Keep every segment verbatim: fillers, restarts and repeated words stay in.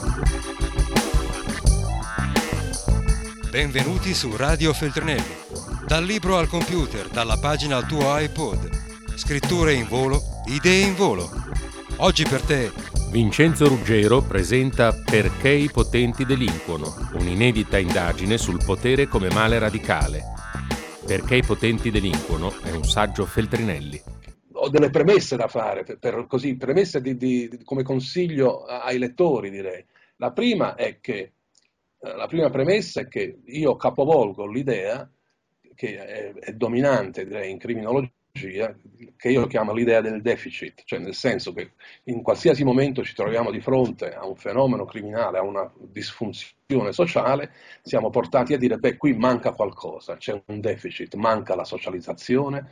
Benvenuti su Radio Feltrinelli. Dal libro al computer, dalla pagina al tuo iPod. Scritture in volo, idee in volo. Oggi per te Vincenzo Ruggero presenta Perché i potenti delinquono, un'inedita indagine sul potere come male radicale. Perché i potenti delinquono è un saggio Feltrinelli. Ho delle premesse da fare, per, per così, premesse di, di, di, come consiglio ai lettori, direi. La prima è che, la prima premessa è che io capovolgo l'idea che è, è dominante, direi, in criminologia, che io chiamo l'idea del deficit, cioè nel senso che in qualsiasi momento ci troviamo di fronte a un fenomeno criminale, a una disfunzione sociale, siamo portati a dire, beh, qui manca qualcosa, c'è un deficit, manca la socializzazione,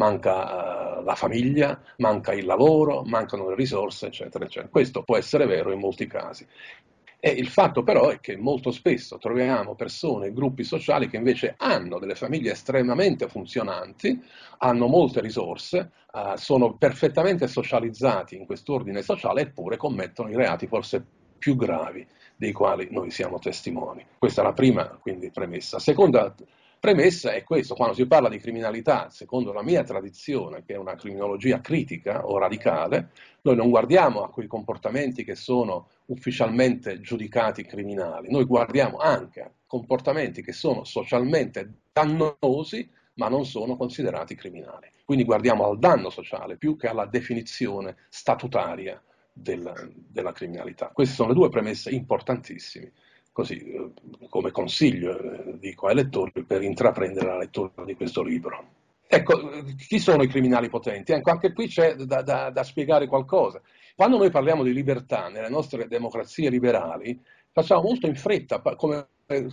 manca uh, la famiglia, manca il lavoro, mancano le risorse, eccetera, eccetera. Questo può essere vero in molti casi. E il fatto però è che molto spesso troviamo persone e gruppi sociali che invece hanno delle famiglie estremamente funzionanti, hanno molte risorse, eh, sono perfettamente socializzati in quest'ordine sociale, eppure commettono i reati forse più gravi dei quali noi siamo testimoni. Questa è la prima, quindi, premessa. Seconda premessa è questo: quando si parla di criminalità, secondo la mia tradizione, che è una criminologia critica o radicale, noi non guardiamo a quei comportamenti che sono ufficialmente giudicati criminali, noi guardiamo anche a comportamenti che sono socialmente dannosi ma non sono considerati criminali. Quindi guardiamo al danno sociale più che alla definizione statutaria della, della criminalità. Queste sono le due premesse importantissime, così come consiglio eh, dico ai lettori per intraprendere la lettura di questo libro. Ecco, chi sono i criminali potenti? Ecco, anche qui c'è da, da, da spiegare qualcosa. Quando noi parliamo di libertà nelle nostre democrazie liberali, facciamo molto in fretta come,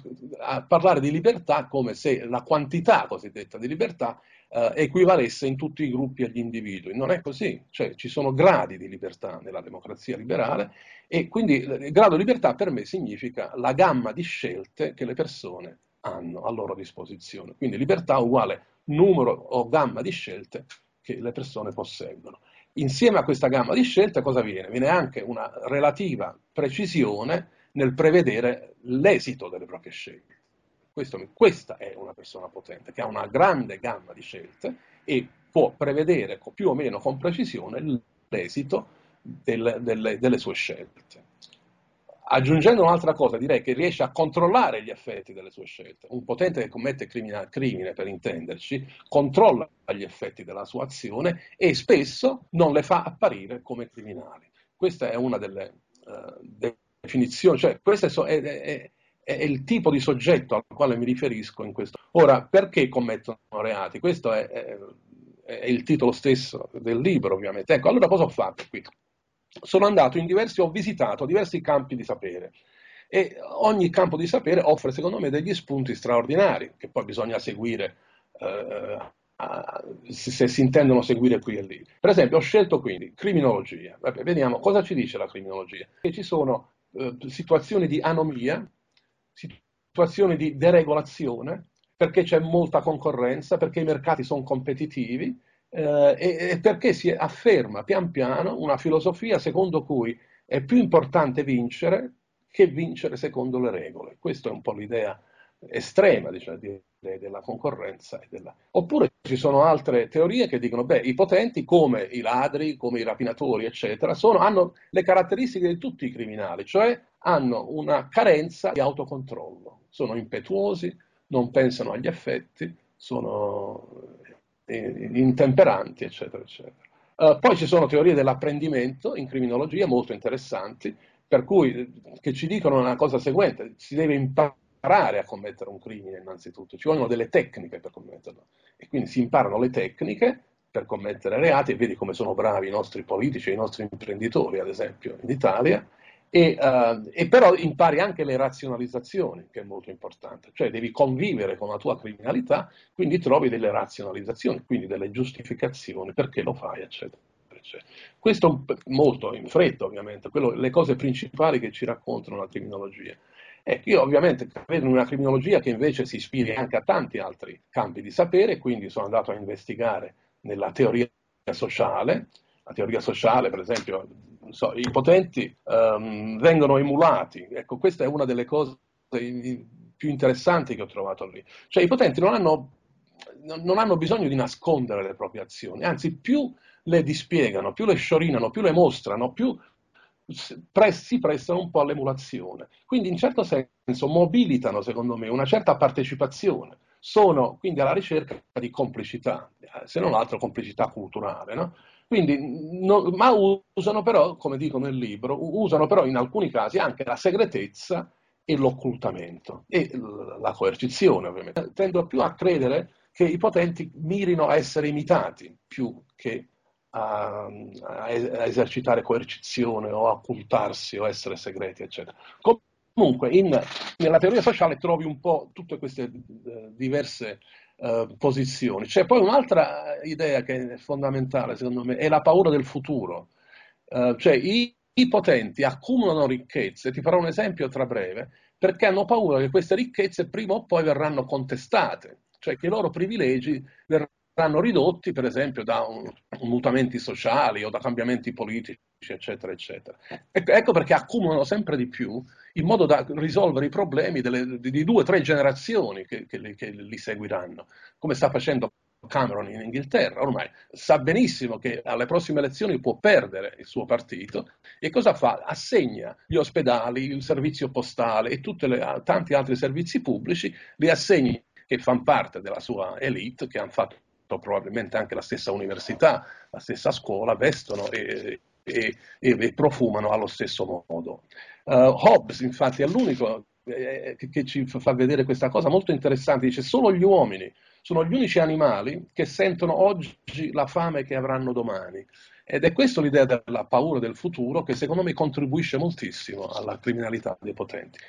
a parlare di libertà come se la quantità cosiddetta di libertà eh, equivalesse in tutti i gruppi agli individui. Non è così, cioè ci sono gradi di libertà nella democrazia liberale e quindi il grado di libertà per me significa la gamma di scelte che le persone hanno a loro disposizione. Quindi libertà uguale numero o gamma di scelte che le persone posseggono. Insieme a questa gamma di scelte cosa viene? Viene anche una relativa precisione nel prevedere l'esito delle proprie scelte. Questo, questa è una persona potente, che ha una grande gamma di scelte e può prevedere più o meno con precisione l'esito del, delle, delle sue scelte. Aggiungendo un'altra cosa, direi che riesce a controllare gli effetti delle sue scelte. Un potente che commette crimine, crimine, per intenderci, controlla gli effetti della sua azione e spesso non le fa apparire come criminali. Questa è una delle uh, definizioni, cioè questo è, è, è, è il tipo di soggetto al quale mi riferisco in questo. Ora, perché commettono reati? Questo è, è, è il titolo stesso del libro, ovviamente. Ecco, allora cosa ho fatto qui? Sono andato in diversi, ho visitato diversi campi di sapere e ogni campo di sapere offre secondo me degli spunti straordinari che poi bisogna seguire eh, se, se si intendono seguire qui e lì. Per esempio ho scelto quindi criminologia. Vabbè, vediamo cosa ci dice la criminologia. Che ci sono eh, situazioni di anomia, situazioni di deregolazione, perché c'è molta concorrenza, perché i mercati sono competitivi, Eh, e, e perché si afferma pian piano una filosofia secondo cui è più importante vincere che vincere secondo le regole. Questa è un po' l'idea estrema, diciamo, della concorrenza. E della... Oppure ci sono altre teorie che dicono, beh, i potenti come i ladri, come i rapinatori, eccetera, sono, hanno le caratteristiche di tutti i criminali, cioè hanno una carenza di autocontrollo, sono impetuosi, non pensano agli effetti, sono intemperanti, eccetera, eccetera. Uh, poi ci sono teorie dell'apprendimento in criminologia molto interessanti, per cui che ci dicono una cosa seguente: si deve imparare a commettere un crimine innanzitutto, ci vogliono delle tecniche per commetterlo, e quindi si imparano le tecniche per commettere reati, e vedi come sono bravi i nostri politici e i nostri imprenditori, ad esempio in Italia. E, uh, e però impari anche le razionalizzazioni, che è molto importante, cioè devi convivere con la tua criminalità, quindi trovi delle razionalizzazioni, quindi delle giustificazioni perché lo fai, eccetera, eccetera. Questo molto in fretta, ovviamente, quello, le cose principali che ci raccontano la criminologia. Ecco, io ovviamente credo in una criminologia che invece si ispiri anche a tanti altri campi di sapere, quindi sono andato a investigare nella teoria sociale. La teoria sociale, per esempio, so, i potenti um, vengono emulati. Ecco, questa è una delle cose più interessanti che ho trovato lì. Cioè i potenti non hanno, non hanno bisogno di nascondere le proprie azioni, anzi più le dispiegano, più le sciorinano, più le mostrano, più si prestano un po' all'emulazione. Quindi in certo senso mobilitano, secondo me, una certa partecipazione. Sono quindi alla ricerca di complicità, se non altro complicità culturale, no? Quindi, no, ma usano però, come dico nel libro, usano però in alcuni casi anche la segretezza e l'occultamento e la coercizione, ovviamente. Tendo più a credere che i potenti mirino a essere imitati più che a, a esercitare coercizione o a occultarsi o essere segreti, eccetera. Comunque, in, nella teoria sociale trovi un po' tutte queste uh, diverse uh, posizioni. C'è poi un'altra idea che è fondamentale, secondo me, è la paura del futuro. Uh, cioè, i, i potenti accumulano ricchezze, ti farò un esempio tra breve, perché hanno paura che queste ricchezze prima o poi verranno contestate, cioè che i loro privilegi verranno ridotti, per esempio, da un, un mutamenti sociali o da cambiamenti politici, eccetera, eccetera. Ecco, ecco perché accumulano sempre di più, in modo da risolvere i problemi delle, di, di due o tre generazioni che, che, li, che li seguiranno, come sta facendo Cameron in Inghilterra. Ormai sa benissimo che alle prossime elezioni può perdere il suo partito e cosa fa? Assegna gli ospedali, il servizio postale e tutti tanti altri servizi pubblici, li assegna che fanno parte della sua elite, che hanno fatto probabilmente anche la stessa università, la stessa scuola, vestono e, e, e profumano allo stesso modo. Uh, Hobbes infatti è l'unico eh, che, che ci fa vedere questa cosa molto interessante, dice solo gli uomini sono gli unici animali che sentono oggi la fame che avranno domani. Ed è questa l'idea della paura del futuro che secondo me contribuisce moltissimo alla criminalità dei potenti.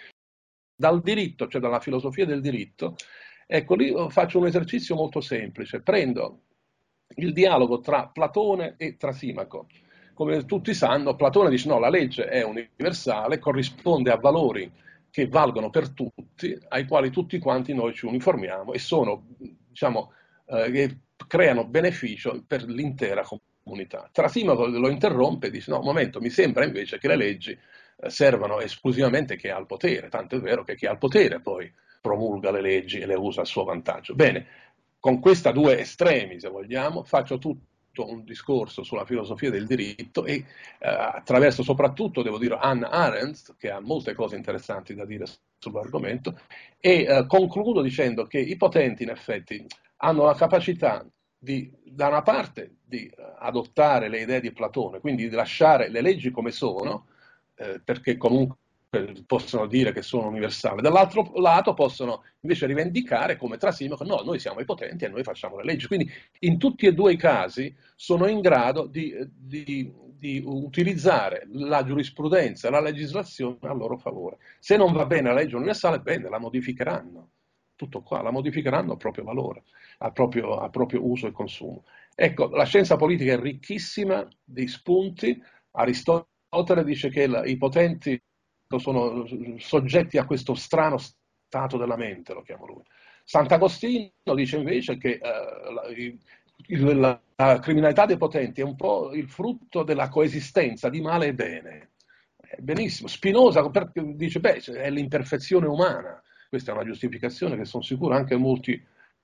Dal diritto, cioè dalla filosofia del diritto, ecco lì faccio un esercizio molto semplice, prendo il dialogo tra Platone e Trasimaco. Come tutti sanno, Platone dice no, la legge è universale, corrisponde a valori che valgono per tutti, ai quali tutti quanti noi ci uniformiamo e sono, diciamo, eh, che creano beneficio per l'intera comunità. Trasimaco lo interrompe e dice no, un momento, mi sembra invece che le leggi eh, servano esclusivamente chi ha il potere, tanto è vero che chi ha il potere poi promulga le leggi e le usa a suo vantaggio. Bene, con questi due estremi, se vogliamo, faccio tutto un discorso sulla filosofia del diritto e eh, attraverso soprattutto, devo dire, Hannah Arendt, che ha molte cose interessanti da dire sull'argomento, e eh, concludo dicendo che i potenti in effetti hanno la capacità di, da una parte, di adottare le idee di Platone, quindi di lasciare le leggi come sono, eh, perché comunque possono dire che sono universali, dall'altro lato possono invece rivendicare come Trasimaco, no, noi siamo i potenti e noi facciamo le leggi, quindi in tutti e due i casi sono in grado di, di, di utilizzare la giurisprudenza e la legislazione a loro favore. Se non va bene la legge universale, bene, la modificheranno, tutto qua, la modificheranno a proprio valore, a proprio, a proprio uso e consumo. Ecco, la scienza politica è ricchissima di spunti. Aristotele dice che la, i potenti sono soggetti a questo strano stato della mente, lo chiamo lui. Sant'Agostino dice invece che eh, la, la, la criminalità dei potenti è un po' il frutto della coesistenza di male e bene. Eh, benissimo. Spinoza dice, beh, è l'imperfezione umana. Questa è una giustificazione che sono sicuro anche molti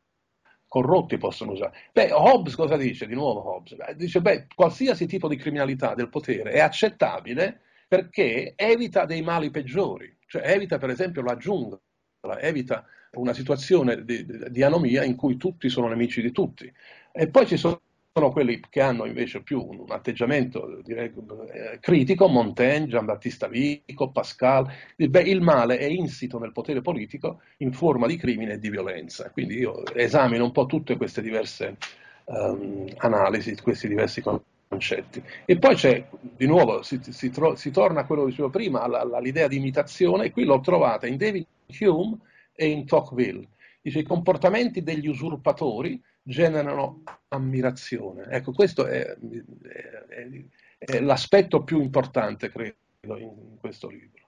corrotti possono usare. Beh, Hobbes cosa dice? Di nuovo Hobbes. Beh, dice, beh, qualsiasi tipo di criminalità del potere è accettabile perché evita dei mali peggiori, cioè evita per esempio la giungla, evita una situazione di, di anomia in cui tutti sono nemici di tutti. E poi ci sono quelli che hanno invece più un atteggiamento direi, eh, critico, Montaigne, Giambattista Vico, Pascal. Beh, il male è insito nel potere politico in forma di crimine e di violenza. Quindi io esamino un po' tutte queste diverse um, analisi, questi diversi concetti. E poi c'è, di nuovo, si, si, si torna a quello che dicevo prima, alla, all'idea di imitazione, e qui l'ho trovata in David Hume e in Tocqueville. Dice, i comportamenti degli usurpatori generano ammirazione. Ecco, questo è, è, è, è l'aspetto più importante, credo, in questo libro.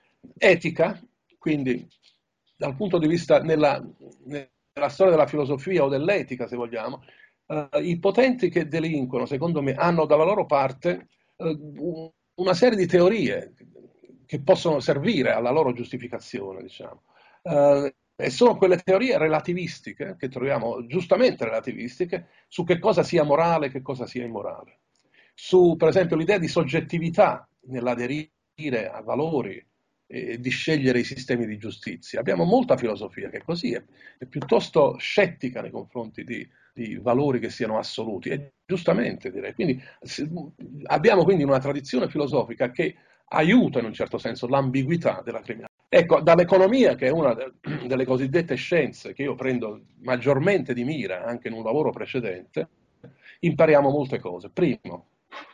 Etica, quindi, dal punto di vista, nella, nella storia della filosofia o dell'etica, se vogliamo, Uh, i potenti che delinquono, secondo me, hanno dalla loro parte uh, una serie di teorie che possono servire alla loro giustificazione, diciamo. Uh, e sono quelle teorie relativistiche, che troviamo giustamente relativistiche, su che cosa sia morale e che cosa sia immorale. Su, per esempio, l'idea di soggettività nell'aderire a valori e di scegliere i sistemi di giustizia. Abbiamo molta filosofia che così è, è piuttosto scettica nei confronti di, di valori che siano assoluti, e giustamente direi. Quindi abbiamo quindi una tradizione filosofica che aiuta in un certo senso l'ambiguità della criminalità. Ecco, dall'economia, che è una delle cosiddette scienze che io prendo maggiormente di mira anche in un lavoro precedente, impariamo molte cose. Primo,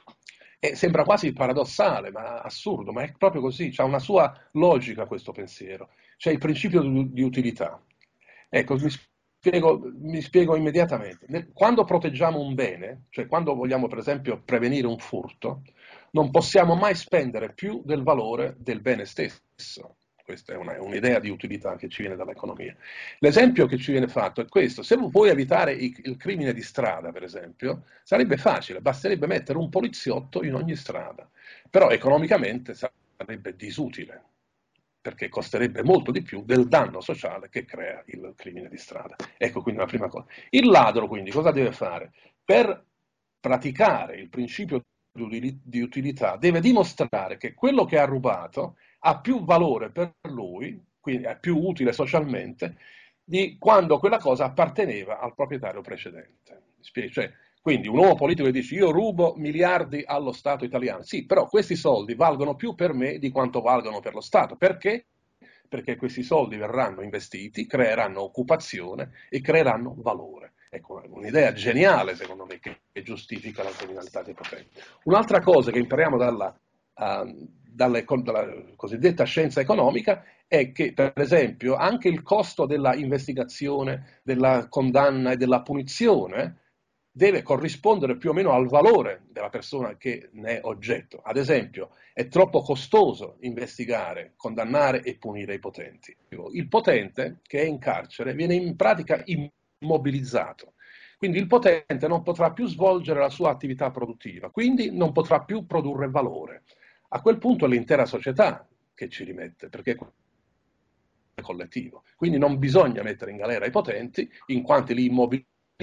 e sembra quasi paradossale, ma assurdo, ma è proprio così, c'ha una sua logica questo pensiero, c'è il principio di, di utilità. Ecco, mi spiego, mi spiego immediatamente. Quando proteggiamo un bene, cioè quando vogliamo per esempio prevenire un furto, non possiamo mai spendere più del valore del bene stesso. Questa è una, un'idea di utilità che ci viene dall'economia. L'esempio che ci viene fatto è questo: se vuoi evitare il, il crimine di strada, per esempio, sarebbe facile, basterebbe mettere un poliziotto in ogni strada, però economicamente sarebbe disutile, perché costerebbe molto di più del danno sociale che crea il crimine di strada. Ecco quindi la prima cosa. Il ladro quindi cosa deve fare? Per praticare il principio di utilità deve dimostrare che quello che ha rubato ha più valore per lui, quindi è più utile socialmente, di quando quella cosa apparteneva al proprietario precedente. Cioè, quindi un uomo politico che dice io rubo miliardi allo Stato italiano, sì, però questi soldi valgono più per me di quanto valgono per lo Stato. Perché? Perché questi soldi verranno investiti, creeranno occupazione e creeranno valore. Ecco, un'idea geniale secondo me che, che giustifica la criminalità dei potenti. Un'altra cosa che impariamo dalla, uh, dalle, dalla cosiddetta scienza economica è che, per esempio, anche il costo della investigazione, della condanna e della punizione deve corrispondere più o meno al valore della persona che ne è oggetto. Ad esempio, è troppo costoso investigare, condannare e punire i potenti. Il potente che è in carcere viene in pratica immobilizzato, quindi il potente non potrà più svolgere la sua attività produttiva, quindi non potrà più produrre valore. A quel punto è l'intera società che ci rimette, perché è collettivo. Quindi non bisogna mettere in galera i potenti, in quanto li immobilizziamo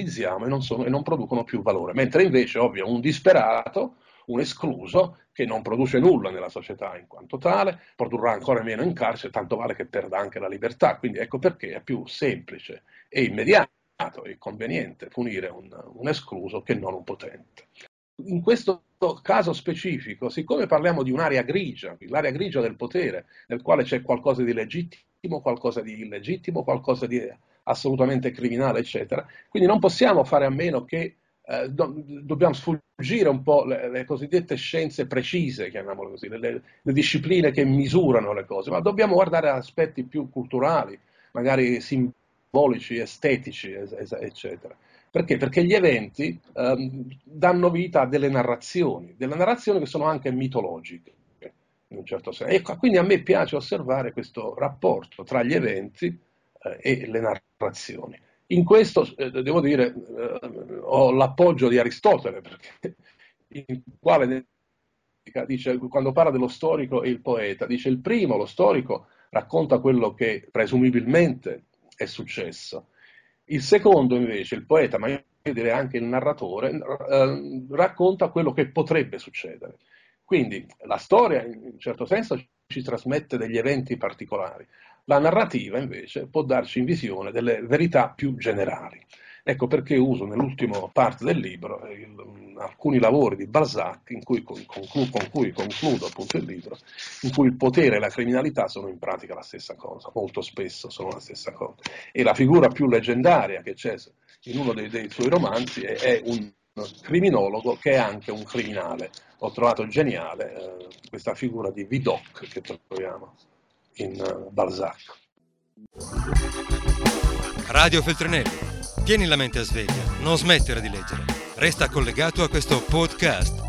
e non, sono, e non producono più valore, mentre invece, ovvio, un disperato, un escluso, che non produce nulla nella società in quanto tale, produrrà ancora meno in carcere, tanto vale che perda anche la libertà. Quindi ecco perché è più semplice e immediato e conveniente punire un, un escluso che non un potente. In questo caso specifico, siccome parliamo di un'area grigia, l'area grigia del potere, nel quale c'è qualcosa di legittimo, qualcosa di illegittimo, qualcosa di assolutamente criminale, eccetera, quindi non possiamo fare a meno che eh, do, dobbiamo sfuggire un po' le, le cosiddette scienze precise, chiamiamole così, le, le discipline che misurano le cose, ma dobbiamo guardare aspetti più culturali, magari simbolici, estetici, eccetera. Perché? Perché gli eventi ehm, danno vita a delle narrazioni, delle narrazioni che sono anche mitologiche, in un certo senso. E quindi a me piace osservare questo rapporto tra gli eventi eh, e le narrazioni. In questo, eh, devo dire, eh, ho l'appoggio di Aristotele, perché in quale dice, quando parla dello storico e il poeta, dice il primo, lo storico, racconta quello che presumibilmente è successo. Il secondo invece, il poeta, ma io direi anche il narratore, eh, racconta quello che potrebbe succedere. Quindi la storia in un certo senso ci trasmette degli eventi particolari, la narrativa invece può darci in visione delle verità più generali. Ecco perché uso nell'ultimo parte del libro il, alcuni lavori di Balzac in cui, con, conclu, con cui concludo appunto il libro, in cui il potere e la criminalità sono in pratica la stessa cosa, molto spesso sono la stessa cosa. E la figura più leggendaria che c'è in uno dei, dei suoi romanzi è, è un criminologo che è anche un criminale. Ho trovato geniale eh, questa figura di Vidocq che troviamo in uh, Balzac. Radio Feltrinelli. Tieni la mente a sveglia, non smettere di leggere. Resta collegato a questo podcast.